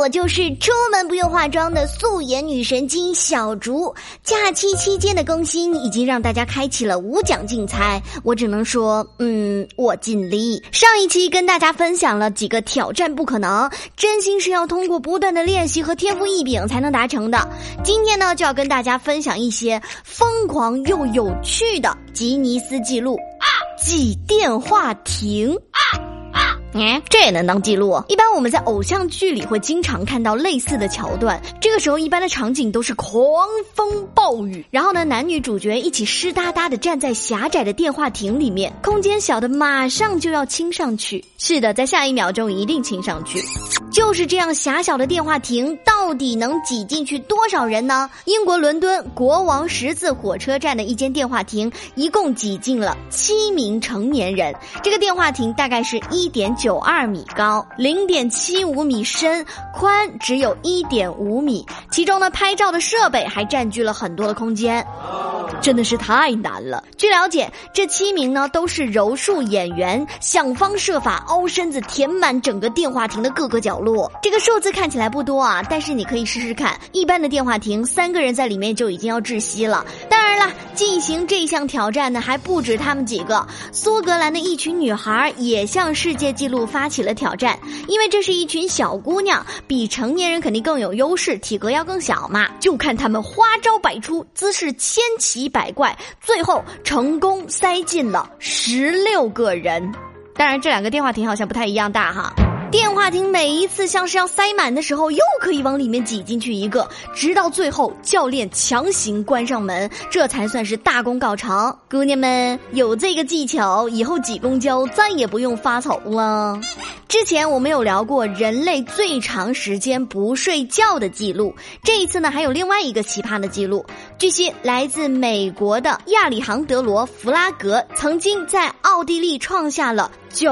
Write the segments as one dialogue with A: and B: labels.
A: 我就是出门不用化妆的素颜女神经小竹。假期期间的更新已经让大家开启了5奖竞猜，我只能说我尽力。上一期跟大家分享了几个挑战不可能，真心是要通过不断的练习和天赋异禀才能达成的。今天呢，就要跟大家分享一些疯狂又有趣的吉尼斯纪录。挤电话亭。这也能当记录？一般我们在偶像剧里会经常看到类似的桥段，这个时候一般的场景都是狂风暴雨，然后呢，男女主角一起湿哒哒的站在狭窄的电话亭里面，空间小的马上就要亲上去。是的，在下一秒钟一定亲上去。就是这样狭小的电话亭，到底能挤进去多少人呢？英国伦敦国王十字火车站的一间电话亭，一共挤进了7名成年人。这个电话亭大概是1.92米高， 0.75米深，宽只有1.5米，其中呢，拍照的设备还占据了很多的空间，真的是太难了。据了解，这7名呢都是柔术演员，想方设法凹身子填满整个电话亭的各个角落。这个数字看起来不多啊，但是你可以试试看，一般的电话亭3个人在里面就已经要窒息了。当然啦，进行这项挑战呢还不止他们几个，苏格兰的一群女孩也向世界纪录发起了挑战，因为这是一群小姑娘，比成年人肯定更有优势，体格要更小嘛，就看他们花招百出，姿势千奇百怪，最后成功塞进了16个人。当然这2个电话亭好像不太一样大哈。电话亭每一次像是要塞满的时候，又可以往里面挤进去一个，直到最后教练强行关上门，这才算是大功告成。姑娘们有这个技巧，以后挤公交再也不用发愁了。之前我们有聊过人类最长时间不睡觉的记录，这一次呢还有另外一个奇葩的记录。据悉，来自美国的亚里杭德罗·弗拉格曾经在奥地利创下了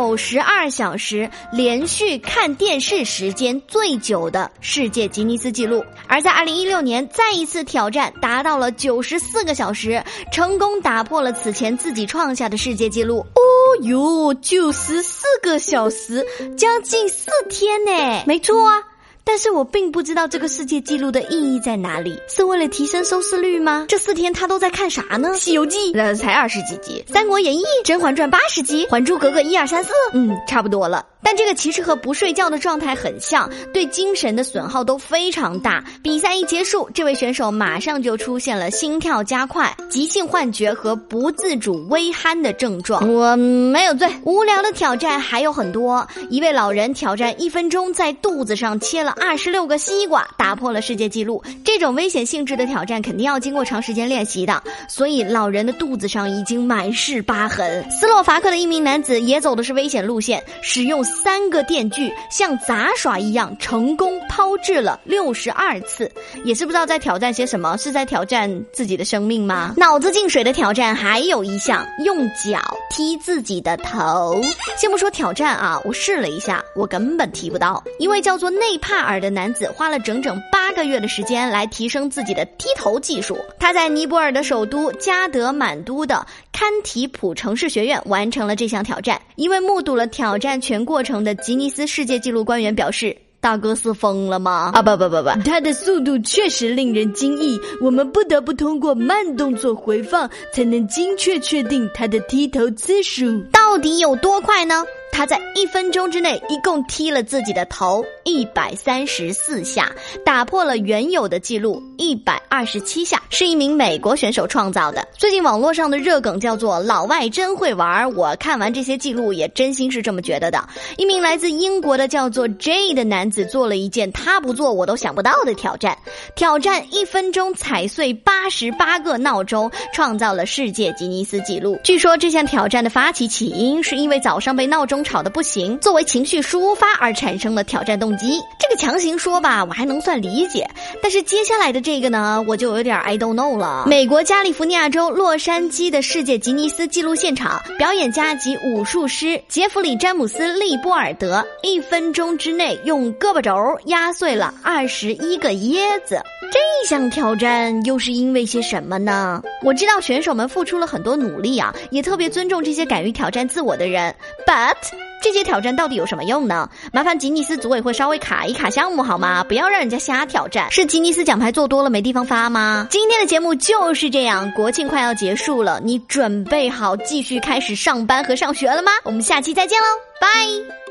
A: 92小时连续看电视时间最久的世界吉尼斯纪录，而在2016年再一次挑战达到了94个小时，成功打破了此前自己创下的世界纪录。哦哟，94个小时，将近4天呢。没错啊，但是我并不知道这个世界纪录的意义在哪里，是为了提升收视率吗？这4天他都在看啥呢？西游记才20几集，三国演义、甄嬛传80集，还珠格格1、2、3、4，差不多了。但这个其实和不睡觉的状态很像，对精神的损耗都非常大。比赛一结束，这位选手马上就出现了心跳加快、急性幻觉和不自主微酣的症状。我没有醉。无聊的挑战还有很多，一位老人挑战1分钟在肚子上切了26个西瓜，打破了世界纪录。这种危险性质的挑战肯定要经过长时间练习的，所以老人的肚子上已经满是疤痕。斯洛伐克的一名男子也走的是危险路线，使用3个电锯像杂耍一样成功抛掷了62次，也是不知道在挑战些什么，是在挑战自己的生命吗？脑子进水的挑战还有一项，用脚踢自己的头。先不说挑战啊，我试了一下，我根本踢不到。一位叫做内帕尔的男子花了整整8个月的时间来提升自己的踢头技术。他在尼泊尔的首都加德满都的堪提普城市学院完成了这项挑战。一位目睹了挑战全过程的吉尼斯世界纪录官员表示，大哥是疯了吗？不，他的速度确实令人惊异，我们不得不通过慢动作回放才能精确确定他的踢头次数到底有多快呢？他在1分钟之内一共踢了自己的头134下，打破了原有的记录127下，是一名美国选手创造的。最近网络上的热梗叫做老外真会玩，我看完这些记录也真心是这么觉得的。一名来自英国的叫做 J 的男子做了一件他不做我都想不到的挑战1分钟踩碎88个闹钟，创造了世界吉尼斯纪录。据说这项挑战的发起起因是因为早上被闹钟吵得不行，作为情绪抒发而产生了挑战动机。这个强行说吧，我还能算理解，但是接下来的这个呢，我就有点 I don't know 了。美国加利福尼亚州洛杉矶的世界吉尼斯纪录现场，表演家及武术师杰弗里·詹姆斯·利波尔德1分钟之内用胳膊肘压碎了21个椰子。这项挑战又是因为些什么呢？我知道选手们付出了很多努力啊，也特别尊重这些敢于挑战自我的人， but 这些挑战到底有什么用呢？麻烦吉尼斯组委会稍微卡一卡项目好吗？不要让人家瞎挑战。是吉尼斯奖牌做多了没地方发吗？今天的节目就是这样，国庆快要结束了，你准备好继续开始上班和上学了吗？我们下期再见喽，拜。